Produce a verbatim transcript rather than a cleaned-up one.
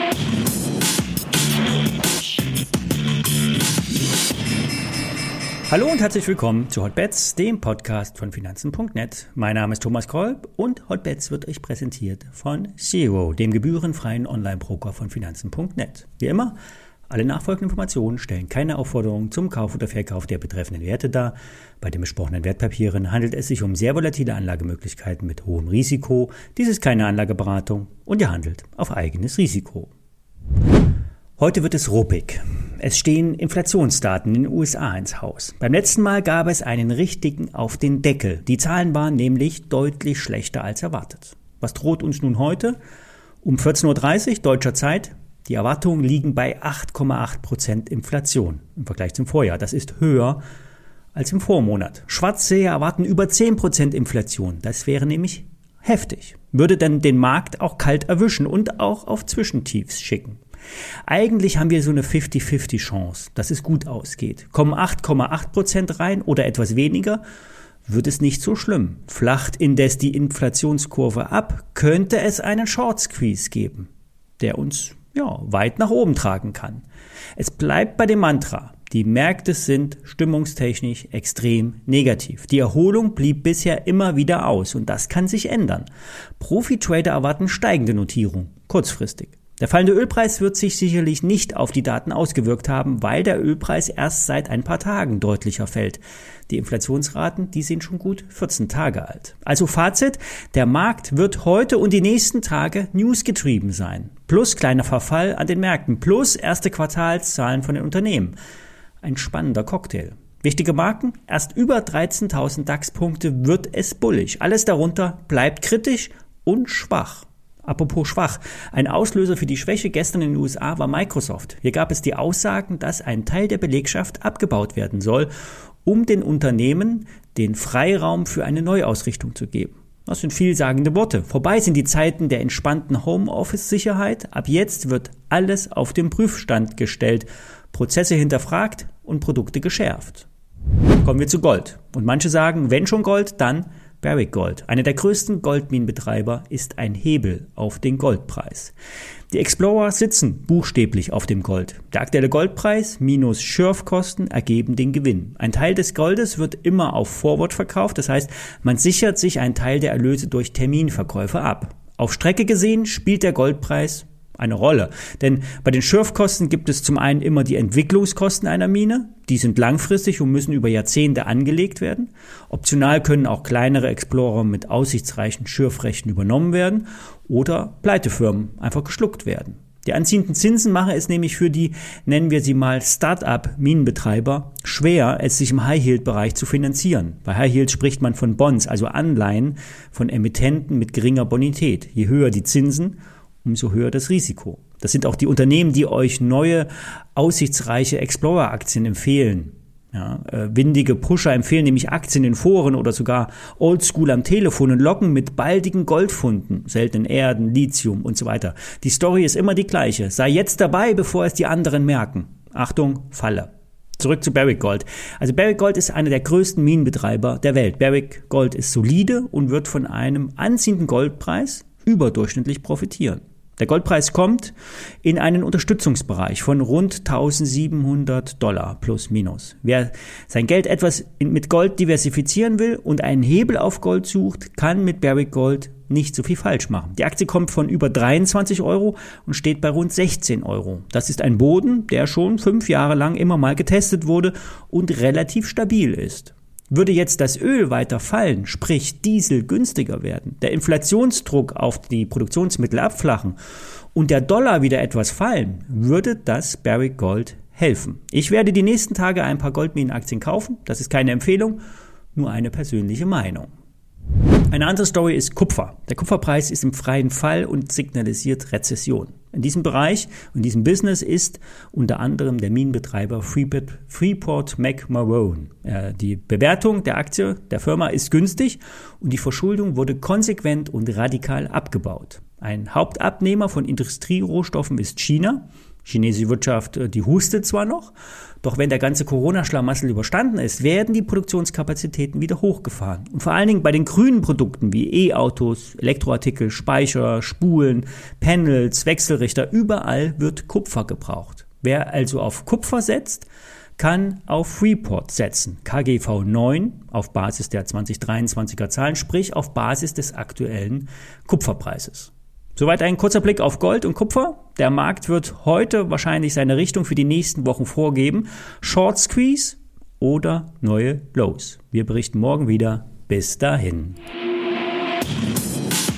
Hallo und herzlich willkommen zu Hotbets, dem Podcast von Finanzen Punkt net. Mein Name ist Thomas Kolb und Hotbets wird euch präsentiert von Zero, dem gebührenfreien Online-Broker von Finanzen Punkt net. Wie immer, alle nachfolgenden Informationen stellen keine Aufforderung zum Kauf oder Verkauf der betreffenden Werte dar. Bei den besprochenen Wertpapieren handelt es sich um sehr volatile Anlagemöglichkeiten mit hohem Risiko. Dies ist keine Anlageberatung und ihr handelt auf eigenes Risiko. Heute wird es ruppig. Es stehen Inflationsdaten in den U S A ins Haus. Beim letzten Mal gab es einen richtigen auf den Deckel. Die Zahlen waren nämlich deutlich schlechter als erwartet. Was droht uns nun heute? Um vierzehn Uhr dreißig deutscher Zeit. Die Erwartungen liegen bei acht Komma acht Prozent Inflation im Vergleich zum Vorjahr. Das ist höher als im Vormonat. Schwarzseher erwarten über zehn Prozent Inflation. Das wäre nämlich heftig. Würde dann den Markt auch kalt erwischen und auch auf Zwischentiefs schicken. Eigentlich haben wir so eine fünfzig fünfzig Chance, dass es gut ausgeht. Kommen acht Komma acht Prozent rein oder etwas weniger, wird es nicht so schlimm. Flacht indes die Inflationskurve ab, könnte es einen Short Squeeze geben, der uns ja weit nach oben tragen kann. Es bleibt bei dem Mantra, die Märkte sind stimmungstechnisch extrem negativ. Die Erholung blieb bisher immer wieder aus und das kann sich ändern. Profi-Trader erwarten steigende Notierung, kurzfristig. Der fallende Ölpreis wird sich sicherlich nicht auf die Daten ausgewirkt haben, weil der Ölpreis erst seit ein paar Tagen deutlicher fällt. Die Inflationsraten, die sind schon gut vierzehn Tage alt. Also Fazit, der Markt wird heute und die nächsten Tage newsgetrieben sein. Plus kleiner Verfall an den Märkten, plus erste Quartalszahlen von den Unternehmen. Ein spannender Cocktail. Wichtige Marken, erst über dreizehntausend DAX-Punkte wird es bullig. Alles darunter bleibt kritisch und schwach. Apropos schwach, ein Auslöser für die Schwäche gestern in den U S A war Microsoft. Hier gab es die Aussagen, dass ein Teil der Belegschaft abgebaut werden soll, um den Unternehmen den Freiraum für eine Neuausrichtung zu geben. Das sind vielsagende Worte. Vorbei sind die Zeiten der entspannten Homeoffice-Sicherheit. Ab jetzt wird alles auf den Prüfstand gestellt, Prozesse hinterfragt und Produkte geschärft. Kommen wir zu Gold. Und manche sagen, wenn schon Gold, dann Barrick Gold. Einer der größten Goldminenbetreiber ist ein Hebel auf den Goldpreis. Die Explorer sitzen buchstäblich auf dem Gold. Der aktuelle Goldpreis minus Schürfkosten ergeben den Gewinn. Ein Teil des Goldes wird immer auf Forward verkauft, das heißt, man sichert sich einen Teil der Erlöse durch Terminverkäufe ab. Auf Strecke gesehen spielt der Goldpreis eine Rolle, denn bei den Schürfkosten gibt es zum einen immer die Entwicklungskosten einer Mine, die sind langfristig und müssen über Jahrzehnte angelegt werden. Optional können auch kleinere Explorer mit aussichtsreichen Schürfrechten übernommen werden oder Pleitefirmen einfach geschluckt werden. Die anziehenden Zinsen machen es nämlich für die, nennen wir sie mal Start-up-Minenbetreiber, schwer, es sich im High-Yield-Bereich zu finanzieren. Bei High-Yield spricht man von Bonds, also Anleihen von Emittenten mit geringer Bonität. Je höher die Zinsen, umso höher das Risiko. Das sind auch die Unternehmen, die euch neue, aussichtsreiche Explorer-Aktien empfehlen. Ja, äh, windige Pusher empfehlen nämlich Aktien in Foren oder sogar Oldschool am Telefon und locken mit baldigen Goldfunden, seltenen Erden, Lithium und so weiter. Die Story ist immer die gleiche. Sei jetzt dabei, bevor es die anderen merken. Achtung, Falle. Zurück zu Barrick Gold. Also Barrick Gold ist einer der größten Minenbetreiber der Welt. Barrick Gold ist solide und wird von einem anziehenden Goldpreis überdurchschnittlich profitieren. Der Goldpreis kommt in einen Unterstützungsbereich von rund eintausendsiebenhundert Dollar plus minus. Wer sein Geld etwas mit Gold diversifizieren will und einen Hebel auf Gold sucht, kann mit Barrick Gold nicht so viel falsch machen. Die Aktie kommt von über dreiundzwanzig Euro und steht bei rund sechzehn Euro. Das ist ein Boden, der schon fünf Jahre lang immer mal getestet wurde und relativ stabil ist. Würde jetzt das Öl weiter fallen, sprich Diesel günstiger werden, der Inflationsdruck auf die Produktionsmittel abflachen und der Dollar wieder etwas fallen, würde das Barrick Gold helfen. Ich werde die nächsten Tage ein paar Goldminenaktien kaufen. Das ist keine Empfehlung, nur eine persönliche Meinung. Eine andere Story ist Kupfer. Der Kupferpreis ist im freien Fall und signalisiert Rezession. In diesem Bereich, in diesem Business ist unter anderem der Minenbetreiber Freeport-McMoRan. Äh, die Bewertung der Aktie der Firma ist günstig und die Verschuldung wurde konsequent und radikal abgebaut. Ein Hauptabnehmer von Industrierohstoffen ist China. chinesische Wirtschaft, die hustet zwar noch, doch wenn der ganze Corona-Schlamassel überstanden ist, werden die Produktionskapazitäten wieder hochgefahren. Und vor allen Dingen bei den grünen Produkten wie E-Autos, Elektroartikel, Speicher, Spulen, Panels, Wechselrichter, überall wird Kupfer gebraucht. Wer also auf Kupfer setzt, kann auf Freeport setzen. K G V neun auf Basis der zwanzig dreiundzwanziger Zahlen, sprich auf Basis des aktuellen Kupferpreises. Soweit ein kurzer Blick auf Gold und Kupfer. Der Markt wird heute wahrscheinlich seine Richtung für die nächsten Wochen vorgeben. Short Squeeze oder neue Lows. Wir berichten morgen wieder. Bis dahin.